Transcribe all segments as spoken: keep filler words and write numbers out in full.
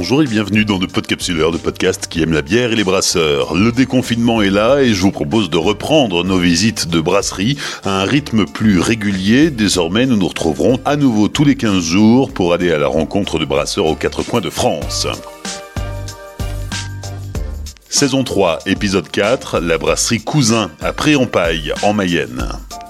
Bonjour et bienvenue dans le Podcapsuleur, le podcast qui aime la bière et les brasseurs. Le déconfinement est là et je vous propose de reprendre nos visites de brasserie à un rythme plus régulier. Désormais, nous nous retrouverons à nouveau tous les quinze jours pour aller à la rencontre de brasseurs aux quatre coins de France. Saison trois, épisode quatre, la brasserie Cousin à Pré-en-Paille, en Mayenne.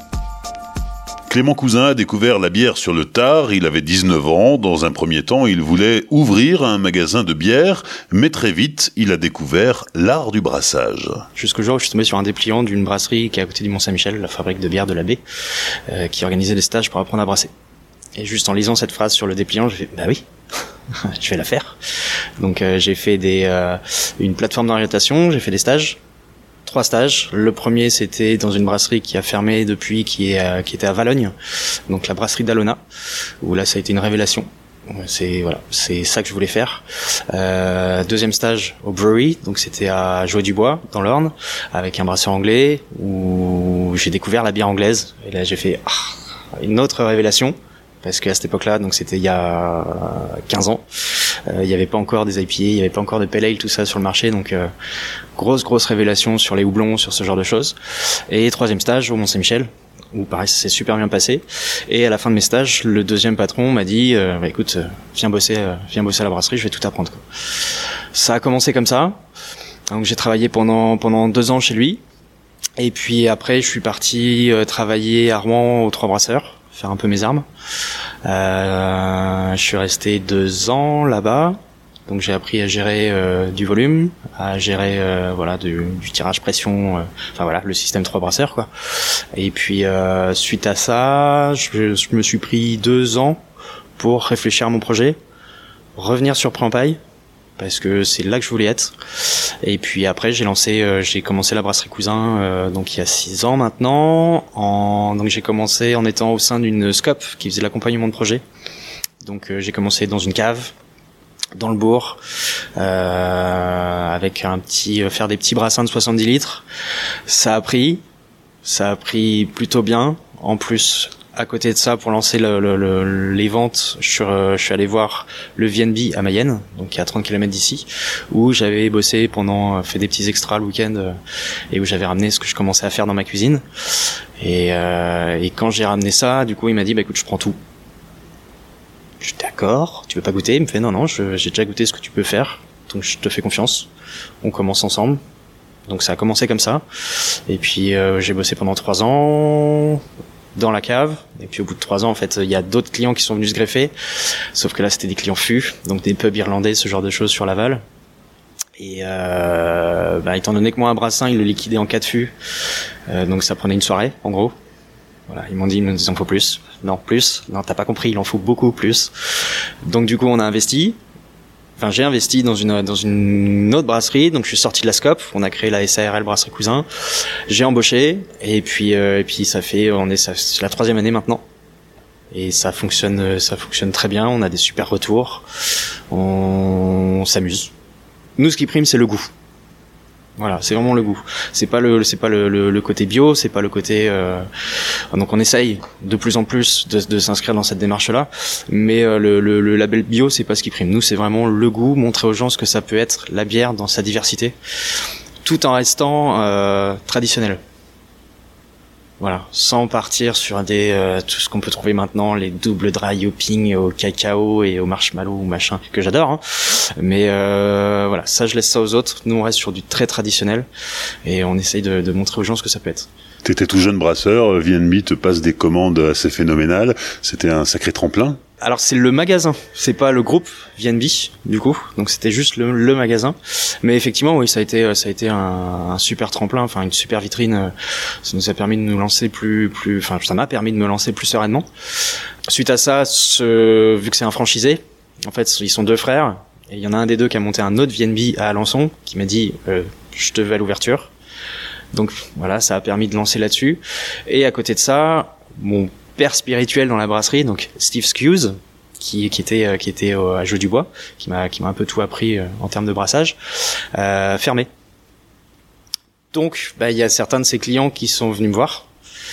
Clément Cousin a découvert la bière sur le tard, il avait dix-neuf ans. Dans un premier temps, il voulait ouvrir un magasin de bière, mais très vite, il a découvert l'art du brassage. Jusqu'au jour où je suis tombé sur un dépliant d'une brasserie qui est à côté du Mont-Saint-Michel, la fabrique de bière de l'Abbé, euh, qui organisait des stages pour apprendre à brasser. Et juste en lisant cette phrase sur le dépliant, j'ai fait « bah oui, je vais la faire ». Donc euh, j'ai fait des, euh, une plateforme d'orientation, j'ai fait des stages. Trois stages. Le premier, c'était dans une brasserie qui a fermé depuis, qui est euh, qui était à Valogne, donc la brasserie d'Alona, où là, ça a été une révélation. C'est voilà, c'est ça que je voulais faire. Euh, deuxième stage au brewery, donc c'était à Jouët-du-Bois dans l'Orne, avec un brasseur anglais, où j'ai découvert la bière anglaise. Et là, j'ai fait ah, une autre révélation. Parce qu'à cette époque-là, donc c'était il y a quinze ans, euh, il n'y avait pas encore des I P A, il n'y avait pas encore de Pale Ale, tout ça sur le marché, donc euh, grosse grosse révélation sur les houblons, sur ce genre de choses. Et troisième stage au Mont-Saint-Michel, où pareil, ça s'est super bien passé. Et à la fin de mes stages, le deuxième patron m'a dit, euh, bah, écoute, euh, viens bosser, euh, viens bosser à la brasserie, je vais tout apprendre, quoi. Ça a commencé comme ça. Donc j'ai travaillé pendant pendant deux ans chez lui. Et puis après, je suis parti euh, travailler à Rouen aux Trois Brasseurs, faire un peu mes armes. Euh, je suis resté deux ans là-bas, donc j'ai appris à gérer euh, du volume, à gérer euh, voilà du, du tirage pression, euh, enfin voilà le système Trois Brasseurs quoi. Et puis euh, suite à ça, je, je me suis pris deux ans pour réfléchir à mon projet, revenir sur Pré-en-Paille, parce que c'est là que je voulais être. Et puis après j'ai lancé euh, j'ai commencé la brasserie Cousin euh, donc il y a six ans maintenant en donc j'ai commencé en étant au sein d'une scope qui faisait l'accompagnement de projet. Donc euh, j'ai commencé dans une cave dans le bourg euh, avec un petit euh, faire des petits brassins de soixante-dix litres. Ça a pris ça a pris plutôt bien. En plus, à côté de ça, pour lancer le, le, le, les ventes, je suis, euh, je suis allé voir le V N B à Mayenne, donc qui est à trente kilomètres d'ici, où j'avais bossé pendant, fait des petits extras le week-end, euh, et où j'avais ramené ce que je commençais à faire dans ma cuisine. Et, euh, et quand j'ai ramené ça, du coup, il m'a dit, bah écoute, je prends tout. Je suis d'accord, tu veux pas goûter? Il me fait, non, non, je, j'ai déjà goûté ce que tu peux faire, donc je te fais confiance. On commence ensemble. Donc ça a commencé comme ça. Et puis euh, j'ai bossé pendant trois ans dans la cave, et puis au bout de trois ans en fait il y a d'autres clients qui sont venus se greffer, sauf que là c'était des clients fûts, donc des pubs irlandais, ce genre de choses sur Laval. Et euh, bah, étant donné que moi un brassin il le liquidait en quatre fûts, euh, donc ça prenait une soirée en gros. Voilà, ils m'ont dit il nous en faut plus. Non, plus, non t'as pas compris, il en faut beaucoup plus. Donc du coup on a investi. Enfin, j'ai investi dans une dans une autre brasserie, donc je suis sorti de la scope. On a créé la S A R L Brasserie Cousin. J'ai embauché et puis euh, et puis ça fait on est ça, c'est la troisième année maintenant et ça fonctionne ça fonctionne très bien. On a des super retours, on, on s'amuse. Nous, ce qui prime, c'est le goût. Voilà, c'est vraiment le goût. C'est pas le, c'est pas le, le, le côté bio, c'est pas le côté. Euh... Donc on essaye de plus en plus de, de s'inscrire dans cette démarche-là, mais euh, le, le, le label bio, c'est pas ce qui prime. Nous, c'est vraiment le goût, montrer aux gens ce que ça peut être la bière dans sa diversité, tout en restant euh, traditionnel. Voilà, sans partir sur des euh, tout ce qu'on peut trouver maintenant, les doubles dry hopping au cacao et au marshmallow ou machin que j'adore. Hein. Mais euh, voilà, ça je laisse ça aux autres. Nous on reste sur du très traditionnel et on essaye de, de montrer aux gens ce que ça peut être. T'étais tout jeune brasseur, V N B te passe des commandes assez phénoménales. C'était un sacré tremplin. Alors c'est le magasin, c'est pas le groupe V N B du coup, donc c'était juste le, le magasin. Mais effectivement, oui, ça a été, ça a été un, un super tremplin, enfin une super vitrine. Ça nous a permis de nous lancer plus, plus, enfin ça m'a permis de me lancer plus sereinement. Suite à ça, ce, vu que c'est un franchisé, en fait ils sont deux frères, et il y en a un des deux qui a monté un autre V N B à Alençon, qui m'a dit euh, je te veux à l'ouverture. Donc voilà, ça a permis de lancer là-dessus. Et à côté de ça, mon père spirituel dans la brasserie, donc Steve Skews, qui, qui était qui était à Jouët-du-Bois, qui m'a qui m'a un peu tout appris en termes de brassage, euh, fermé. Donc, bah il y a certains de ses clients qui sont venus me voir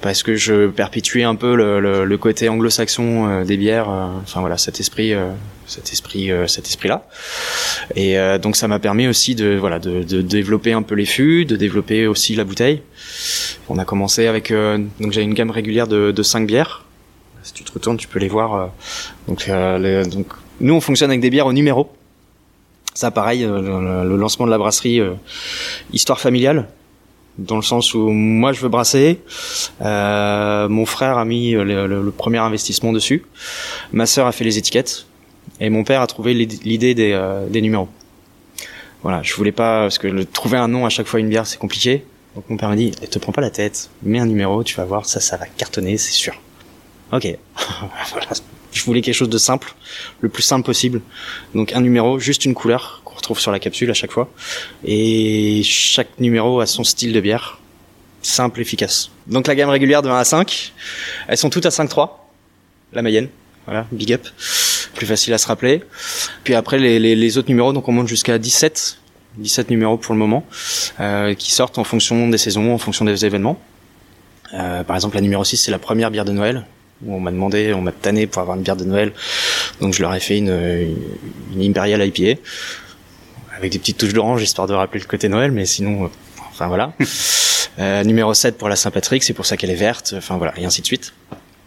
parce que je perpétuais un peu le, le, le côté anglo-saxon euh, des bières. Euh, enfin voilà, cet esprit, euh, cet esprit, euh, cet esprit-là. Et euh, donc ça m'a permis aussi de voilà de, de développer un peu les fûts, de développer aussi la bouteille. On a commencé avec euh, donc j'avais une gamme régulière de, de cinq bières. Si tu te retournes, tu peux les voir. Euh, donc, euh, les, donc nous on fonctionne avec des bières au numéro. Ça pareil, euh, le, le lancement de la brasserie, euh, histoire familiale. Dans le sens où moi je veux brasser, euh, mon frère a mis le, le, le premier investissement dessus, ma sœur a fait les étiquettes et mon père a trouvé l'idée des, euh, des numéros. Voilà, je voulais pas parce que le, trouver un nom à chaque fois une bière c'est compliqué. Donc mon père m'a dit eh, te prends pas la tête, mets un numéro, tu vas voir ça ça va cartonner c'est sûr. Ok, voilà. Je voulais quelque chose de simple, le plus simple possible. Donc un numéro, juste une couleur qu'on retrouve sur la capsule à chaque fois. Et chaque numéro a son style de bière, simple, efficace. Donc la gamme régulière de un à cinq, elles sont toutes à cinq trois, la Mayenne. Voilà, big up, plus facile à se rappeler. Puis après les, les, les autres numéros, donc on monte jusqu'à dix-sept, dix-sept numéros pour le moment, euh, qui sortent en fonction des saisons, en fonction des événements. Euh, par exemple la numéro six, c'est la première bière de Noël. On m'a demandé, on m'a tanné pour avoir une bière de Noël, donc je leur ai fait une, une, une Imperial I P A avec des petites touches d'orange histoire de rappeler le côté Noël, mais sinon, euh, enfin voilà. euh, numéro sept pour la Saint-Patrick, c'est pour ça qu'elle est verte, enfin voilà, et ainsi de suite.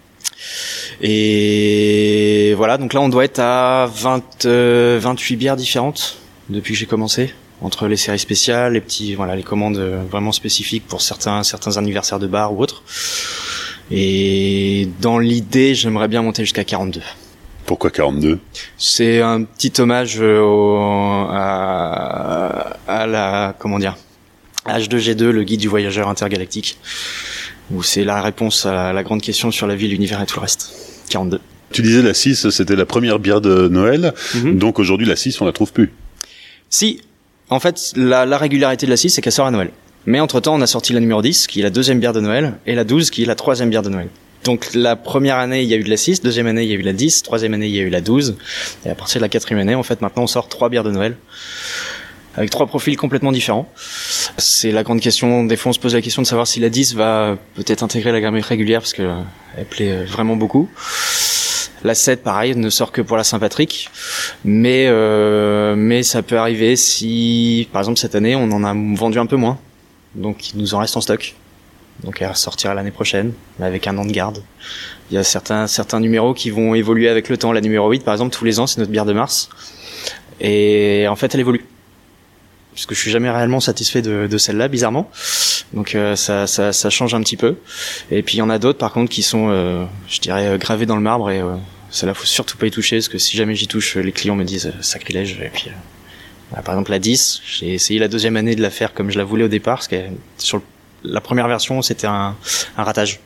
Et voilà, donc là on doit être à vingt, euh, vingt-huit bières différentes depuis que j'ai commencé, entre les séries spéciales, les petits, voilà, les commandes vraiment spécifiques pour certains, certains anniversaires de bar ou autres. Et dans l'idée, j'aimerais bien monter jusqu'à quarante-deux. Pourquoi quarante-deux ? C'est un petit hommage au, à, à la, comment dire, H deux G deux, le guide du voyageur intergalactique, où c'est la réponse à la grande question sur la vie, l'univers et tout le reste. quarante-deux. Tu disais la six, c'était la première bière de Noël, mm-hmm. Donc aujourd'hui la six, on la trouve plus. Si, en fait, la, la régularité de la six, c'est qu'elle sort à Noël. Mais entre-temps, on a sorti la numéro dix, qui est la deuxième bière de Noël, et la douze, qui est la troisième bière de Noël. Donc la première année, il y a eu de la six, deuxième année, il y a eu la dix, troisième année, il y a eu la douze, et à partir de la quatrième année, en fait, maintenant, on sort trois bières de Noël, avec trois profils complètement différents. C'est la grande question, des fois on se pose la question de savoir si la dix va peut-être intégrer la gamme régulière, parce que elle plaît vraiment beaucoup. La sept, pareil, ne sort que pour la Saint-Patrick, mais euh, mais ça peut arriver si, par exemple, cette année, on en a vendu un peu moins. Donc il nous en reste en stock. Donc elle ressortira l'année prochaine, mais avec un an de garde. Il y a certains certains numéros qui vont évoluer avec le temps. La numéro huit, par exemple, tous les ans, c'est notre bière de mars. Et en fait, elle évolue. Puisque je suis jamais réellement satisfait de, de celle-là, bizarrement. Donc euh, ça, ça, ça change un petit peu. Et puis il y en a d'autres, par contre, qui sont, euh, je dirais, gravées dans le marbre. Et euh, celle-là, faut surtout pas y toucher, parce que si jamais j'y touche, les clients me disent euh, sacrilège. Et puis, euh, voilà, par exemple, la dix, j'ai essayé la deuxième année de la faire comme je la voulais au départ, parce que sur la première version, c'était un, un ratage.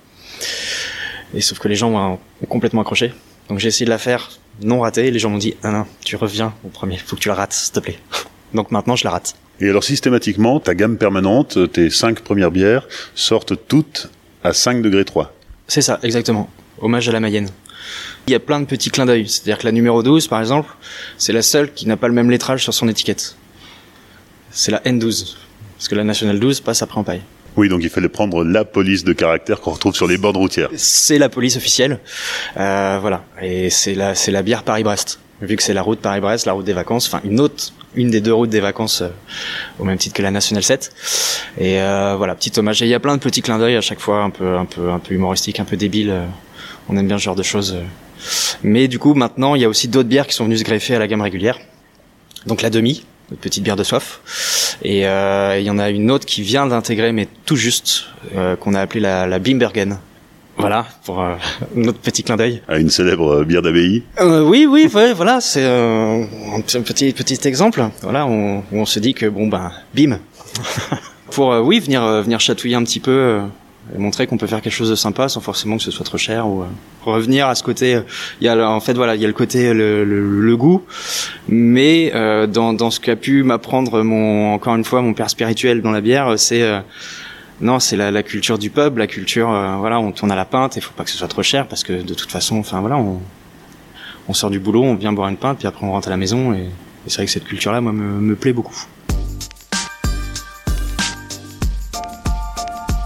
Et sauf que les gens ont, ont complètement accroché. Donc j'ai essayé de la faire non ratée, et les gens m'ont dit non, non, tu reviens au premier, faut que tu la rates, s'il te plaît. Donc maintenant, je la rate. Et alors systématiquement, ta gamme permanente, tes cinq premières bières, sortent toutes à cinq degrés trois. C'est ça, exactement. Hommage à la Mayenne. Il y a plein de petits clins d'œil. C'est-à-dire que la numéro douze, par exemple, c'est la seule qui n'a pas le même lettrage sur son étiquette. C'est la N douze. Parce que la National douze passe après en paille. Oui, donc il fallait prendre la police de caractère qu'on retrouve sur les bornes routières. C'est la police officielle. Euh, voilà. Et c'est la, c'est la bière Paris-Brest. Vu que c'est la route Paris-Brest, la route des vacances, enfin une autre, une des deux routes des vacances, euh, au même titre que la National sept. Et euh, voilà, petit hommage. Et il y a plein de petits clins d'œil à chaque fois, un peu, un peu, un peu humoristique, un peu débile. Euh, on aime bien ce genre de choses. Euh. Mais du coup, maintenant, il y a aussi d'autres bières qui sont venues se greffer à la gamme régulière. Donc la demi, notre petite bière de soif. Et euh, il y en a une autre qui vient d'intégrer, mais tout juste, euh, qu'on a appelée la, la Bimbergen. Voilà, pour euh, notre petit clin d'œil. À une célèbre euh, bière d'abbaye. Euh, oui, oui, ouais, voilà, c'est euh, un petit petit exemple. Voilà, on, où on se dit que bon ben, bim, pour euh, oui venir euh, venir chatouiller un petit peu euh, et montrer qu'on peut faire quelque chose de sympa sans forcément que ce soit trop cher ou euh, revenir à ce côté. Il euh, y a en fait voilà, il y a le côté le, le, le goût, mais euh, dans dans ce qu'a pu m'apprendre mon encore une fois mon père spirituel dans la bière, c'est euh, non, c'est la, la culture du pub, la culture, euh, voilà, on tourne à la pinte, il faut pas que ce soit trop cher parce que de toute façon, enfin voilà, on, on sort du boulot, on vient boire une pinte, puis après on rentre à la maison, et, et c'est vrai que cette culture-là, moi, me, me plaît beaucoup.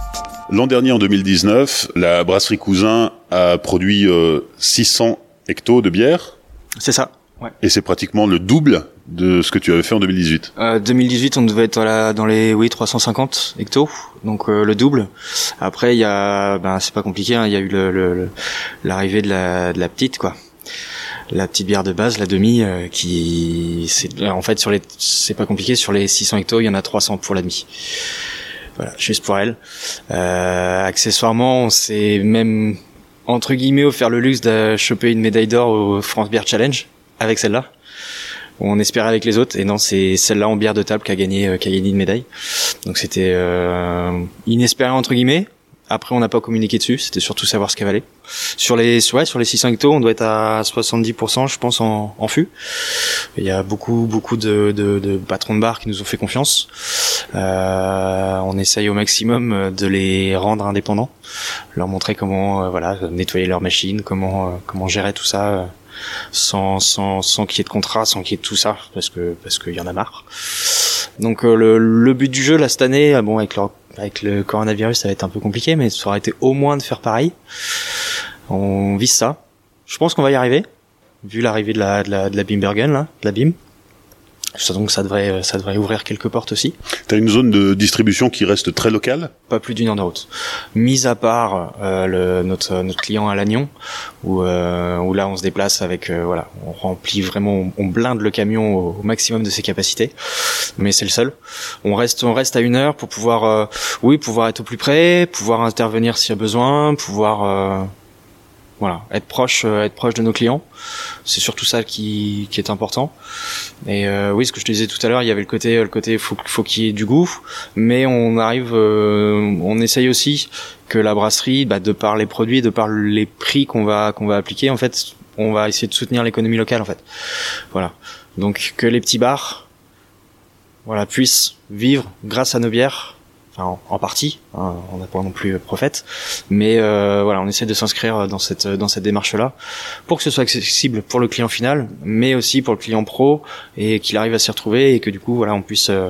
L'an dernier, en deux mille dix-neuf, la brasserie Cousin a produit euh, six cents hectos de bière. C'est ça. Ouais. Et c'est pratiquement le double de ce que tu avais fait en deux mille dix-huit. Euh, deux mille dix-huit, on devait être là, dans les oui trois cent cinquante hectos, donc euh, le double. Après, il y a, ben c'est pas compliqué, hein, il y a eu le, le, le l'arrivée de la, de la petite quoi, la petite bière de base, la demi, euh, qui c'est en fait sur les, c'est pas compliqué, sur les six cents hectos, il y en a trois cents pour la demi. Voilà, juste pour elle. Euh, accessoirement, on s'est même entre guillemets offert le luxe de choper une médaille d'or au France Beer Challenge avec celle-là. On espérait avec les autres, et non, c'est celle-là en bière de table qui a gagné, euh, qui a gagné une médaille. Donc c'était euh, inespéré entre guillemets. Après, on n'a pas communiqué dessus. C'était surtout savoir ce qu'elle valait. Sur les, sur, ouais, sur les six cents hectos, on doit être à soixante-dix pour cent, je pense, en, en fût. Il y a beaucoup, beaucoup de, de, de patrons de bar qui nous ont fait confiance. Euh, on essaye au maximum de les rendre indépendants, leur montrer comment, euh, voilà, nettoyer leur machine, comment, euh, comment gérer tout ça. Euh, sans sans sans qu'il y ait de contrat, sans qu'il y ait de tout ça, parce que parce qu'il y en a marre. Donc euh, le le but du jeu là cette année, bon avec le avec le coronavirus ça va être un peu compliqué, mais ça aurait été au moins de faire pareil. On vise ça. Je pense qu'on va y arriver, vu l'arrivée de la de la de la Bimbergen là, de la Bim. Donc ça devrait ça devrait ouvrir quelques portes aussi. T'as une zone de distribution qui reste très locale ? Pas plus d'une heure de route. Mis à part euh, le, notre notre client à Lannion, où euh, où là on se déplace avec euh, voilà, on remplit vraiment, on, on blinde le camion au, au maximum de ses capacités. Mais c'est le seul. On reste on reste à une heure pour pouvoir euh, oui pouvoir être au plus près, pouvoir intervenir s'il y a besoin, pouvoir euh, voilà, être proche, euh, être proche de nos clients. C'est surtout ça qui, qui est important. Et euh, oui, ce que je te disais tout à l'heure, il y avait le côté, le côté faut, faut qu'il y ait du goût, mais on arrive, euh, on essaye aussi que la brasserie, bah, de par les produits, de par les prix qu'on va qu'on va appliquer, en fait, on va essayer de soutenir l'économie locale, en fait. Voilà. Donc que les petits bars, voilà, puissent vivre grâce à nos bières. Enfin, en, en partie, hein, on n'a pas non plus prophète, mais euh, voilà, on essaie de s'inscrire dans cette dans cette démarche-là pour que ce soit accessible pour le client final, mais aussi pour le client pro, et qu'il arrive à s'y retrouver, et que du coup, voilà, on puisse euh,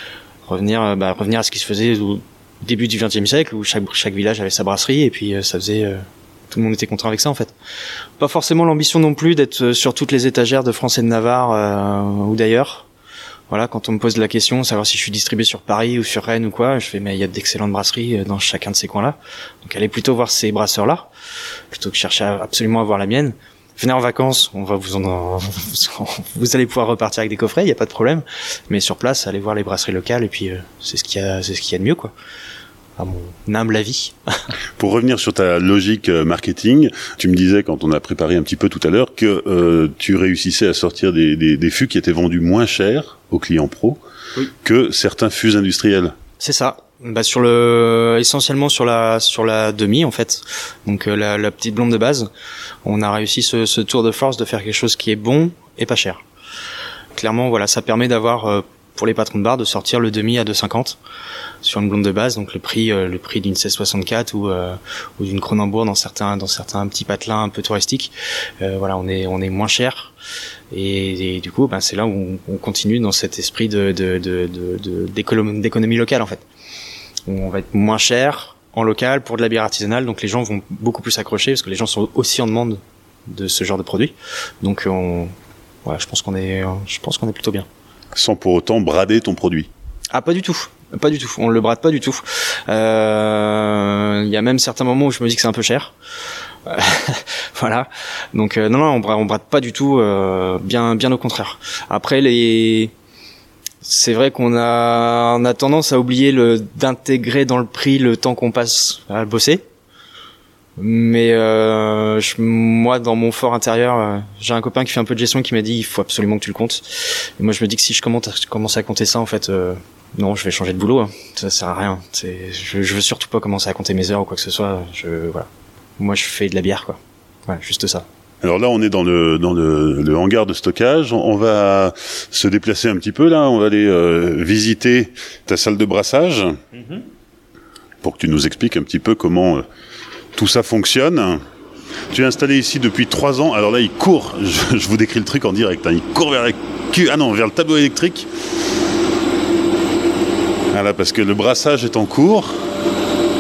revenir bah, revenir à ce qui se faisait au début du vingtième siècle, où chaque chaque village avait sa brasserie, et puis euh, ça faisait euh, tout le monde était content avec ça en fait. Pas forcément l'ambition non plus d'être sur toutes les étagères de France et de Navarre euh, ou d'ailleurs. Voilà, quand on me pose la question, savoir si je suis distribué sur Paris ou sur Rennes ou quoi, je fais mais il y a d'excellentes brasseries dans chacun de ces coins-là. Donc allez plutôt voir ces brasseurs-là, plutôt que chercher à absolument à voir la mienne. Venez en vacances, on va vous en, vous allez pouvoir repartir avec des coffrets, il y a pas de problème. Mais sur place, allez voir les brasseries locales, et puis euh, c'est ce qu'il y a, c'est ce qu'il y a de mieux, quoi. À mon humble avis. Pour revenir sur ta logique marketing, tu me disais quand on a préparé un petit peu tout à l'heure que euh, tu réussissais à sortir des, des, des fûts qui étaient vendus moins cher aux clients pro, oui, que certains fûts industriels. C'est ça. Bah sur le, essentiellement sur la sur la demi en fait. Donc euh, la, la petite blonde de base, on a réussi ce, ce tour de force de faire quelque chose qui est bon et pas cher. Clairement, voilà, ça permet d'avoir euh, pour les patrons de bar de sortir le demi à deux cinquante sur une blonde de base, donc le prix euh, le prix d'une seize soixante-quatre ou euh, ou d'une Kronenbourg dans certains dans certains petits patelins un peu touristiques. Euh, voilà, on est on est moins cher, et, et du coup ben c'est là où on, on continue dans cet esprit de de de de, de d'économie, d'économie locale en fait. On va être moins cher en local pour de la bière artisanale, donc les gens vont beaucoup plus s'accrocher parce que les gens sont aussi en demande de ce genre de produit. Donc on voilà, je pense qu'on est je pense qu'on est plutôt bien. Sans pour autant brader ton produit. Ah, pas du tout. Pas du tout. On le brade pas du tout. Euh, il y a même certains moments où je me dis que c'est un peu cher. Voilà. Donc, euh, non, non, on brade, on brade pas du tout, euh, bien, bien au contraire. Après, les, c'est vrai qu'on a, on a tendance à oublier le, d'intégrer dans le prix le temps qu'on passe à bosser. Mais euh, je, moi, dans mon fort intérieur, euh, j'ai un copain qui fait un peu de gestion qui m'a dit il faut absolument que tu le comptes. Et moi, je me dis que si je commence à, je commence à compter ça, en fait, euh, non, je vais changer de boulot. Hein. Ça sert à rien. C'est, je, je veux surtout pas commencer à compter mes heures ou quoi que ce soit. Je, voilà. Moi, je fais de la bière, quoi. Voilà, juste ça. Alors là, on est dans le dans le, le hangar de stockage. On va se déplacer un petit peu là. On va aller euh, visiter ta salle de brassage mm-hmm. pour que tu nous expliques un petit peu comment. Euh, Tout ça fonctionne. Tu es installé ici depuis trois ans. Alors là, il court. Je, je vous décris le truc en direct. Hein. Il court vers la cu... ah non, vers le tableau électrique. Voilà, parce que le brassage est en cours.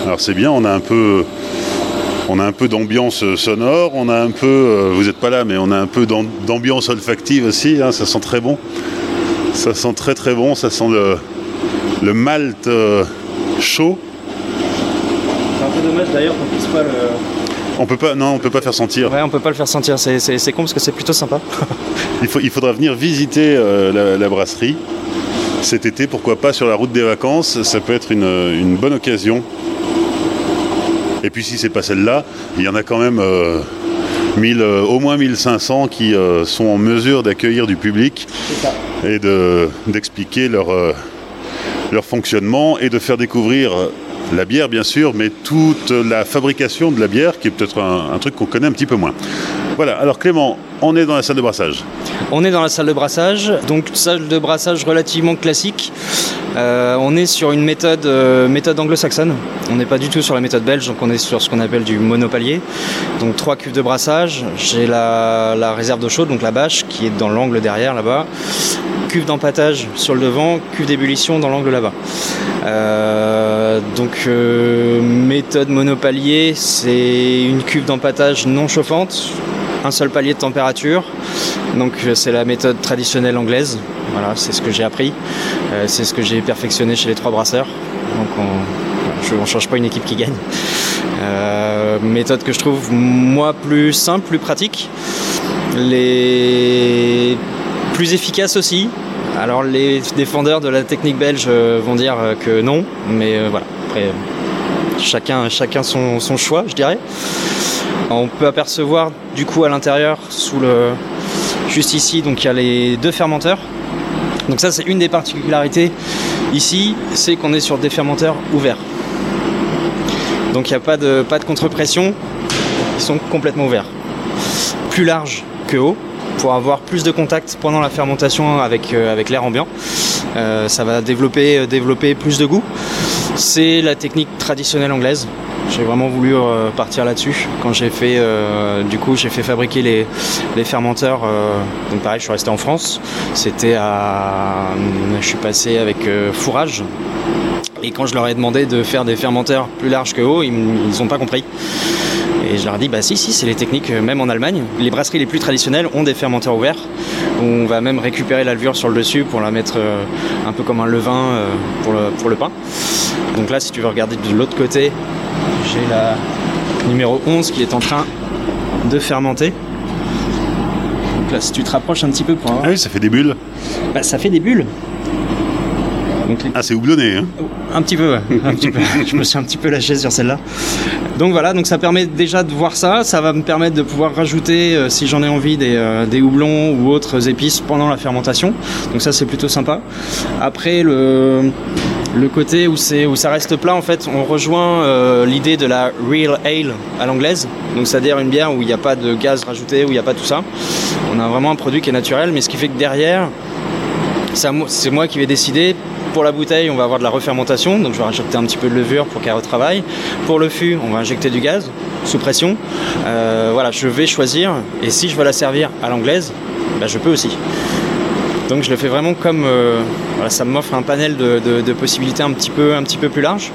Alors c'est bien, on a un peu, on a un peu d'ambiance sonore, on a un peu, euh, vous n'êtes pas là, mais on a un peu d'ambiance olfactive aussi, hein, ça sent très bon. Ça sent très très bon, ça sent le, le malt euh, chaud. C'est un peu dommage d'ailleurs qu'on puisse pas le... On peut pas, non, on peut pas faire sentir. Ouais, on peut pas le faire sentir, c'est, c'est, c'est con parce que c'est plutôt sympa. il, faut, il faudra venir visiter euh, la, la brasserie cet été, pourquoi pas sur la route des vacances, ça peut être une, une bonne occasion. Et puis si c'est pas celle-là, il y en a quand même euh, mille, euh, au moins mille cinq cents qui euh, sont en mesure d'accueillir du public et de, d'expliquer leur, euh, leur fonctionnement et de faire découvrir la bière bien sûr, mais toute la fabrication de la bière qui est peut-être un, un truc qu'on connaît un petit peu moins. Voilà, alors Clément, on est dans la salle de brassage. On est dans la salle de brassage, donc salle de brassage relativement classique. Euh, on est sur une méthode, euh, méthode anglo-saxonne. On n'est pas du tout sur la méthode belge, donc on est sur ce qu'on appelle du monopalier. Donc trois cuves de brassage. J'ai la, la réserve d'eau chaude, donc la bâche, qui est dans l'angle derrière là-bas. Cuve d'empâtage sur le devant, cuve d'ébullition dans l'angle là-bas. Euh, donc euh, méthode monopalier, c'est une cuve d'empâtage non chauffante, un seul palier de température. Donc c'est la méthode traditionnelle anglaise. Voilà, c'est ce que j'ai appris, euh, c'est ce que j'ai perfectionné chez les trois brasseurs. Donc on ne change pas une équipe qui gagne. Euh, méthode que je trouve moi plus simple, plus pratique, les plus efficace aussi. Alors les défendeurs de la technique belge vont dire que non, mais euh, voilà. Après chacun, chacun son, son choix, je dirais. On peut apercevoir du coup à l'intérieur, sous le juste ici, donc il y a les deux fermenteurs. Donc ça c'est une des particularités ici, c'est qu'on est sur des fermenteurs ouverts. Donc il n'y a pas de, pas de contre-pression, ils sont complètement ouverts. Plus large que haut, pour avoir plus de contact pendant la fermentation avec, euh, avec l'air ambiant. Euh, ça va développer, euh, développer plus de goût. C'est la technique traditionnelle anglaise. J'ai vraiment voulu euh, partir là-dessus. Quand j'ai fait, euh, du coup, j'ai fait fabriquer les, les fermenteurs. Euh, donc pareil, je suis resté en France. C'était à, je suis passé avec euh, fourrage. Et quand je leur ai demandé de faire des fermenteurs plus larges que haut, ils n'ont pas compris. Et je leur ai dit, bah si, si, c'est les techniques, même en Allemagne. Les brasseries les plus traditionnelles ont des fermenteurs ouverts. Où on va même récupérer la levure sur le dessus pour la mettre euh, un peu comme un levain euh, pour, le, pour le pain. Donc là, si tu veux regarder de l'autre côté, j'ai la numéro onze qui est en train de fermenter. Donc là, si tu te rapproches un petit peu pour voir. Ah oui, ça fait des bulles. Bah, ça fait des bulles. Donc, les... Ah, c'est houblonné, hein. Un petit peu, ouais. un petit peu. Je me suis un petit peu lâché sur celle-là. Donc voilà, donc ça permet déjà de voir ça. Ça va me permettre de pouvoir rajouter, euh, si j'en ai envie, des, euh, des houblons ou autres épices pendant la fermentation. Donc ça, c'est plutôt sympa. Après, le, le côté où, c'est, où ça reste plat, en fait, on rejoint euh, l'idée de la real ale à l'anglaise. Donc c'est-à-dire une bière où il n'y a pas de gaz rajouté, où il n'y a pas tout ça. On a vraiment un produit qui est naturel, mais ce qui fait que derrière, ça, c'est moi qui vais décider. Pour la bouteille, on va avoir de la refermentation, donc je vais rajouter un petit peu de levure pour qu'elle retravaille. Pour le fût, on va injecter du gaz sous pression. Euh, voilà, je vais choisir, et si je veux la servir à l'anglaise, bah, je peux aussi. Donc je le fais vraiment comme... Euh, voilà, ça m'offre un panel de, de, de possibilités un petit peu, un petit peu plus large.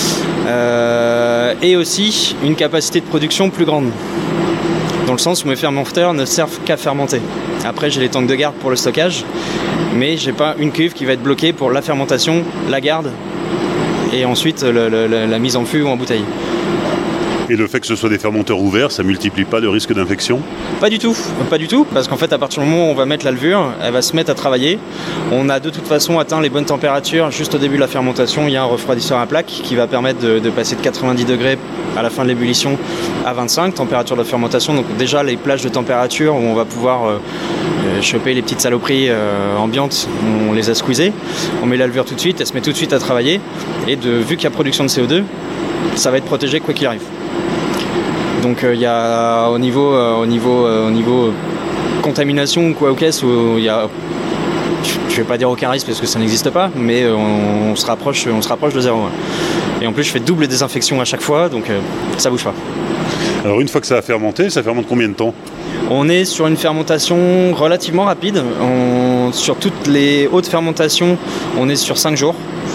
Euh, et aussi une capacité de production plus grande. Dans le sens où mes fermenteurs ne servent qu'à fermenter. Après, j'ai les tanks de garde pour le stockage, mais j'ai pas une cuve qui va être bloquée pour la fermentation, la garde et ensuite le, le, la mise en fût ou en bouteille. Et le fait que ce soit des fermenteurs ouverts, ça multiplie pas le risque d'infection ? Pas du tout, pas du tout, parce qu'en fait à partir du moment où on va mettre la levure, elle va se mettre à travailler. On a de toute façon atteint les bonnes températures juste au début de la fermentation. Il y a un refroidisseur à plaque qui va permettre de, de passer de quatre-vingt-dix degrés à la fin de l'ébullition à vingt-cinq, température de fermentation. Donc déjà les plages de température où on va pouvoir euh, choper les petites saloperies euh, ambiantes, on les a squeezées. On met la levure tout de suite, elle se met tout de suite à travailler. Et de, vu qu'il y a production de C O deux, ça va être protégé quoi qu'il arrive. Donc il euh, y a au niveau, euh, au niveau, euh, au niveau contamination ou quoi au caisse, où il y a, je vais pas dire aucun risque parce que ça n'existe pas, mais euh, on, on se rapproche, on se rapproche de zéro. Ouais. Et en plus je fais double désinfection à chaque fois, donc euh, ça bouge pas. Alors une fois que ça a fermenté, ça fermente combien de temps ? On est sur une fermentation relativement rapide. On, sur toutes les hautes fermentations, on est sur cinq jours.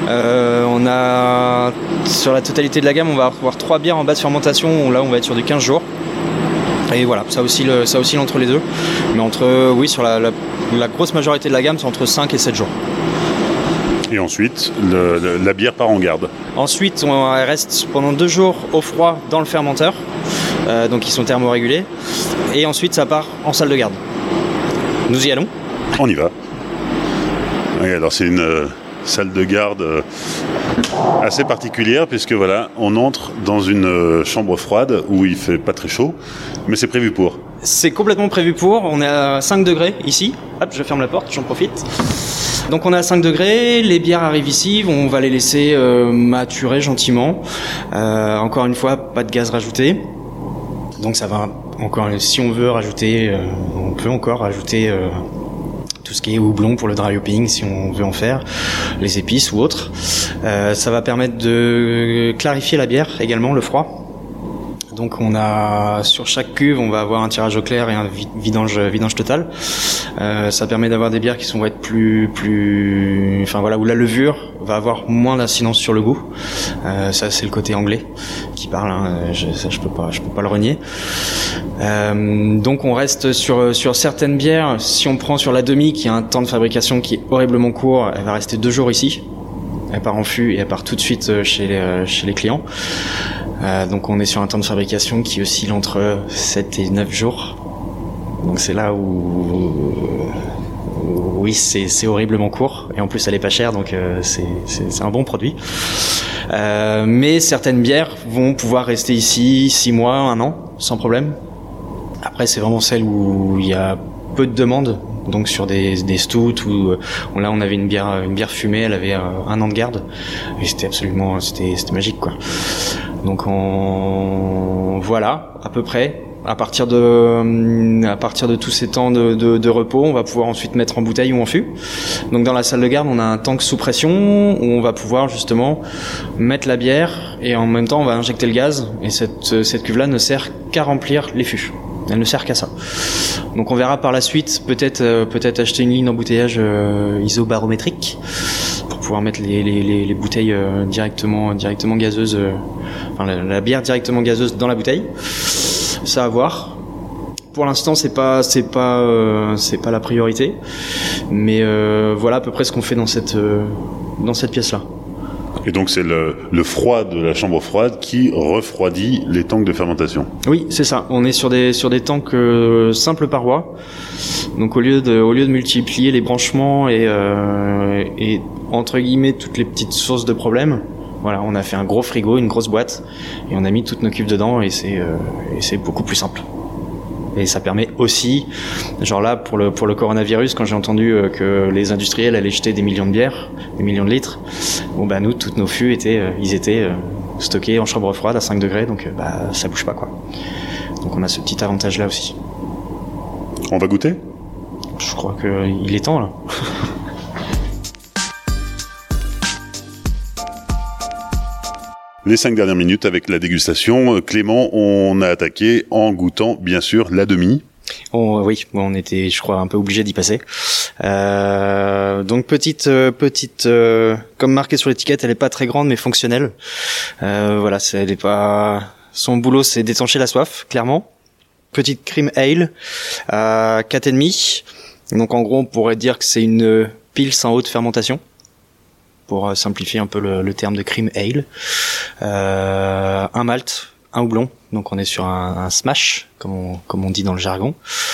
Euh, on a sur la totalité de la gamme, on va avoir trois bières en basse fermentation. Où là, on va être sur du quinze jours. Et voilà, ça oscille, ça oscille entre les deux. Mais entre, oui, sur la, la, la grosse majorité de la gamme, c'est entre cinq et sept jours. Et ensuite, le, le, la bière part en garde. Ensuite, on reste pendant deux jours au froid dans le fermenteur. Euh, donc, ils sont thermorégulés. Et ensuite, ça part en salle de garde. Nous y allons. On y va. Oui, alors, c'est une euh, salle de garde euh, assez particulière, puisque voilà, on entre dans une euh, chambre froide où il fait pas très chaud, mais c'est prévu pour. C'est complètement prévu pour. On est à cinq degrés ici. Hop, je ferme la porte, j'en profite. Donc on est à cinq degrés, les bières arrivent ici, on va les laisser euh, maturer gentiment. Euh, encore une fois, pas de gaz rajouté. Donc ça va encore, si on veut rajouter, euh, on peut encore rajouter euh, tout ce qui est houblon pour le dry hopping si on veut en faire, les épices ou autres. Euh, ça va permettre de clarifier la bière également, le froid. Donc on a sur chaque cuve, on va avoir un tirage au clair et un vidange vidange total. Euh, ça permet d'avoir des bières qui sont vont être plus plus, enfin voilà, où la levure va avoir moins d'incidence sur le goût. Euh, ça c'est le côté anglais qui parle. Hein. Je, ça je peux pas, je peux pas le renier. Euh, donc on reste sur sur certaines bières. Si on prend sur la demi, qui a un temps de fabrication qui est horriblement court, elle va rester deux jours ici. Elle part en fût et elle part tout de suite chez les, chez les clients. Euh, donc on est sur un temps de fabrication qui oscille entre sept et neuf jours. Donc c'est là où, où oui, c'est, c'est horriblement court. Et en plus elle est pas chère, donc euh, c'est, c'est, c'est un bon produit. Euh, mais certaines bières vont pouvoir rester ici six mois, un an, sans problème. Après c'est vraiment celle où il y a peu de demandes. Donc sur des, des stouts où on, là on avait une bière, une bière fumée, elle avait un an de garde et c'était absolument, c'était, c'était magique quoi. Donc on, voilà, à peu près. À partir de, à partir de tous ces temps de, de, de repos, on va pouvoir ensuite mettre en bouteille ou en fût. Donc dans la salle de garde, on a un tank sous pression où on va pouvoir justement mettre la bière et en même temps on va injecter le gaz. Et cette, cette cuve-là ne sert qu'à remplir les fûts. Elle ne sert qu'à ça. Donc on verra par la suite peut-être euh, peut-être acheter une ligne d'embouteillage euh, isobarométrique pour pouvoir mettre les les les, les bouteilles euh, directement directement gazeuses, euh, enfin la, la bière directement gazeuse dans la bouteille. Ça à voir. Pour l'instant c'est pas c'est pas euh, c'est pas la priorité, mais euh, voilà à peu près ce qu'on fait dans cette euh, dans cette pièce là. Et donc c'est le, le froid de la chambre froide qui refroidit les tanks de fermentation. Oui, c'est ça. On est sur des sur des tanks euh, simples parois. Donc au lieu de au lieu de multiplier les branchements et euh, et entre guillemets toutes les petites sources de problèmes, voilà, on a fait un gros frigo, une grosse boîte et on a mis toutes nos cuves dedans et c'est euh, et c'est beaucoup plus simple. Et ça permet aussi, genre là pour le pour le coronavirus, quand j'ai entendu euh, que les industriels allaient jeter des millions de bières, des millions de litres, bon bah nous toutes nos fûts étaient, euh, ils étaient euh, stockés en chambre froide à cinq degrés, donc euh, bah ça bouge pas quoi. Donc on a ce petit avantage là aussi. On va goûter ? Je crois que il est temps là. Les cinq dernières minutes avec la dégustation. Clément, on a attaqué en goûtant, bien sûr, la demi. Oh, oui, on était, je crois, un peu obligé d'y passer. Euh, donc petite, euh, petite, euh, comme marqué sur l'étiquette, elle est pas très grande mais fonctionnelle. Euh, voilà, c'est, elle est pas. Son boulot, c'est d'étancher la soif, clairement. Petite cream ale à quatre virgule cinq. Donc en gros, on pourrait dire que c'est une pils en haute fermentation, pour simplifier un peu le, le terme de cream ale. Euh, un malt, un houblon, donc on est sur un, un smash, comme on, comme on dit dans le jargon.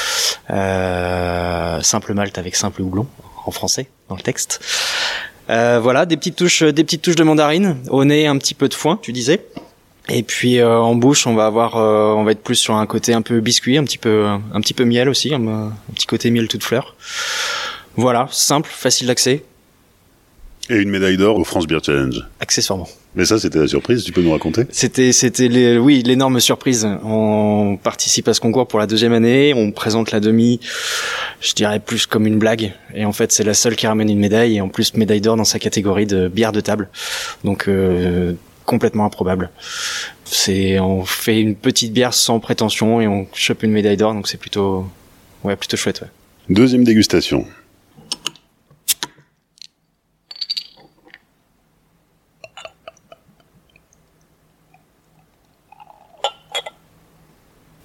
Euh, simple malt avec simple houblon, en français, dans le texte. Euh, voilà, des petites touches, des petites touches de mandarine. Au nez, un petit peu de foin, tu disais. Et puis euh, en bouche, on va avoir, euh, on va être plus sur un côté un peu biscuit, un petit peu, un petit peu miel aussi, un, un petit côté miel toute fleur. Voilà, simple, facile d'accès. Et une médaille d'or au France Beer Challenge. Accessoirement. Mais ça, c'était la surprise, tu peux nous raconter ? C'était, c'était les, oui, l'énorme surprise. On participe à ce concours pour la deuxième année, on présente la demi, je dirais plus comme une blague. Et en fait, c'est la seule qui ramène une médaille, et en plus, médaille d'or dans sa catégorie de bière de table. Donc, euh, complètement improbable. C'est, on fait une petite bière sans prétention et on chope une médaille d'or, donc c'est plutôt, ouais, plutôt chouette, ouais. Deuxième dégustation.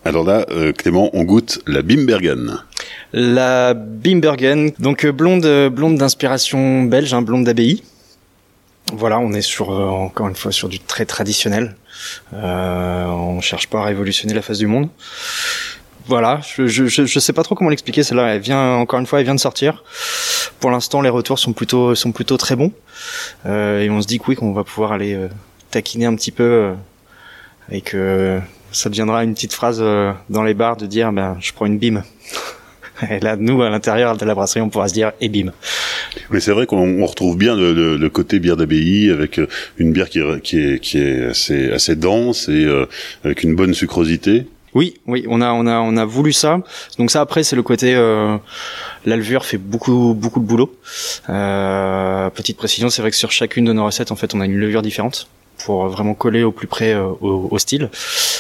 Alors là, euh, Clément, on goûte la Bimbergen. La Bimbergen, donc euh, blonde, euh, blonde d'inspiration belge, hein, blonde d'abbaye. Voilà, on est sur euh, encore une fois sur du très traditionnel. Euh, on cherche pas à révolutionner la face du monde. Voilà, je, je, je, je sais pas trop comment l'expliquer. Celle-là, elle vient encore une fois, elle vient de sortir. Pour l'instant, les retours sont plutôt sont plutôt très bons. Euh, et on se dit que oui, qu'on va pouvoir aller euh, taquiner un petit peu euh, et que ça deviendra une petite phrase euh, dans les bars de dire, ben, je prends une bim. Et là, nous, à l'intérieur de la brasserie, on pourra se dire, et bim. Mais c'est vrai qu'on on retrouve bien le, le, le côté bière d'abbaye avec une bière qui est, qui est, qui est assez, assez dense et euh, avec une bonne sucrosité. Oui, oui, on a, on a, on a voulu ça. Donc ça, après, c'est le côté, euh, la levure fait beaucoup, beaucoup de boulot. Euh, petite précision, c'est vrai que sur chacune de nos recettes, en fait, on a une levure différente pour vraiment coller au plus près euh, au, au style.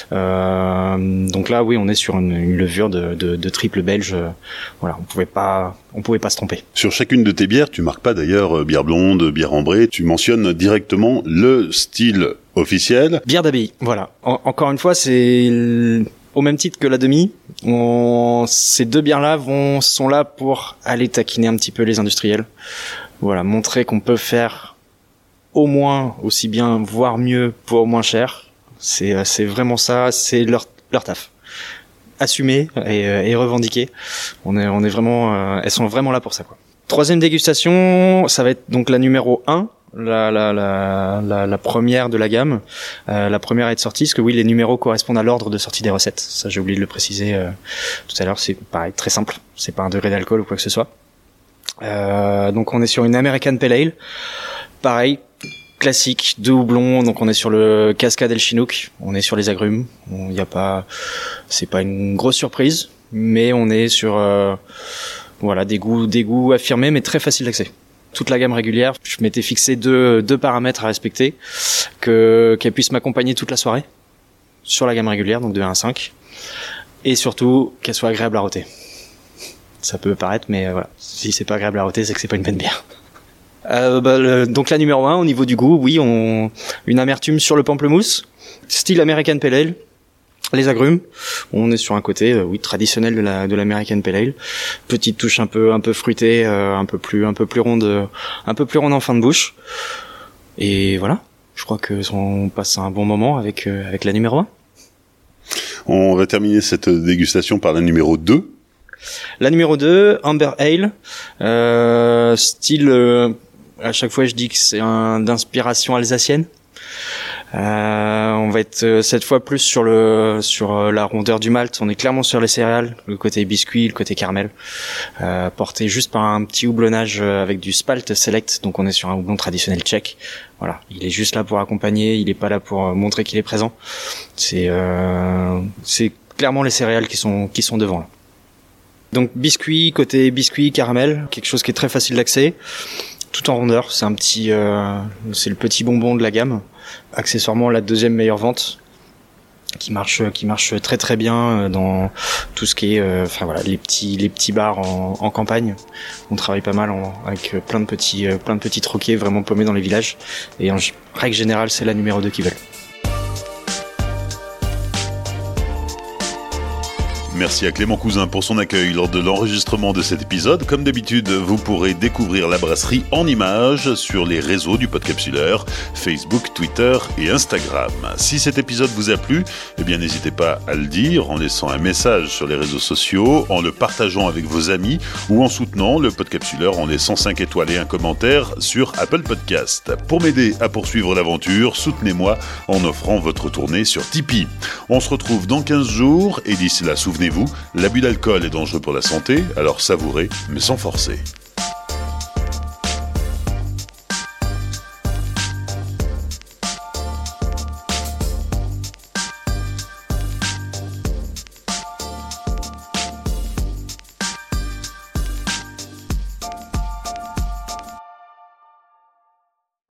Euh, donc là, oui, on est sur une, une levure de, de, de triple belge. Euh, voilà, on pouvait pas, on pouvait pas se tromper. Sur chacune de tes bières, tu marques pas d'ailleurs bière blonde, bière ambrée. Tu mentionnes directement le style officiel. Bière d'abbaye. Voilà. En, encore une fois, c'est l... au même titre que la demi. On... Ces deux bières-là vont sont là pour aller taquiner un petit peu les industriels. Voilà, montrer qu'on peut faire au moins aussi bien, voire mieux pour moins cher. C'est, c'est vraiment ça, c'est leur, leur taf. Assumer et, et revendiquer. On est, on est vraiment, euh, elles sont vraiment là pour ça, quoi. Troisième dégustation, ça va être donc la numéro un, la, la, la, la, la première de la gamme. Euh, la première à être sortie, parce que oui, les numéros correspondent à l'ordre de sortie des recettes. Ça, j'ai oublié de le préciser euh, tout à l'heure. C'est pareil, très simple. C'est pas un degré d'alcool ou quoi que ce soit. Euh, donc on est sur une American Pale Ale. Pareil, classique, deux houblons, donc on est sur le Cascade El Chinook, on est sur les agrumes, il y a pas, c'est pas une grosse surprise, mais on est sur, euh, voilà, des goûts, des goûts affirmés, mais très faciles d'accès. Toute la gamme régulière, je m'étais fixé deux, deux paramètres à respecter, que, qu'elle puisse m'accompagner toute la soirée, sur la gamme régulière, donc de un à cinq, et surtout, qu'elle soit agréable à rôter. Ça peut paraître, mais euh, voilà, si c'est pas agréable à rôter, c'est que c'est pas une bonne bière. Euh, bah, le, donc la numéro un, au niveau du goût, oui, on une amertume sur le pamplemousse, style American Pale Ale, les agrumes, on est sur un côté, euh, oui, traditionnel de la de l'American Pale Ale, petite touche un peu un peu fruitée, euh, un peu plus un peu plus ronde, euh, un peu plus ronde en fin de bouche, et voilà, je crois que on passe un bon moment avec euh, avec la numéro un. On va terminer cette dégustation par la numéro deux. La numéro deux, Amber Ale, euh, style, euh, à chaque fois je dis que c'est un d'inspiration alsacienne. Euh, on va être euh, cette fois plus sur le sur euh, la rondeur du malt. On est clairement sur les céréales, le côté biscuit, le côté caramel, euh, porté juste par un petit houblonnage avec du Spalt Select. Donc on est sur un houblon traditionnel tchèque. Voilà, il est juste là pour accompagner, il est pas là pour montrer qu'il est présent. C'est euh, c'est clairement les céréales qui sont qui sont devant là. Donc biscuit, côté biscuit, caramel, quelque chose qui est très facile d'accès, tout en rondeur. C'est un petit, euh, c'est le petit bonbon de la gamme. Accessoirement, la deuxième meilleure vente, qui marche, qui marche très très bien dans tout ce qui est, euh, enfin voilà, les petits, les petits bars en, en campagne. On travaille pas mal en, avec plein de petits, plein de petits troquets vraiment paumés dans les villages. Et en règle générale, c'est la numéro deux qui veulent. Merci à Clément Cousin pour son accueil lors de l'enregistrement de cet épisode. Comme d'habitude, vous pourrez découvrir la brasserie en images sur les réseaux du Podcapsuleur, Facebook, Twitter et Instagram. Si cet épisode vous a plu, eh bien n'hésitez pas à le dire en laissant un message sur les réseaux sociaux, en le partageant avec vos amis ou en soutenant le Podcapsuleur en laissant cinq étoiles et un commentaire sur Apple Podcast. Pour m'aider à poursuivre l'aventure, soutenez-moi en offrant votre tournée sur Tipeee. On se retrouve dans quinze jours et d'ici là, souvenez-vous, l'abus d'alcool est dangereux pour la santé, alors savourez, mais sans forcer.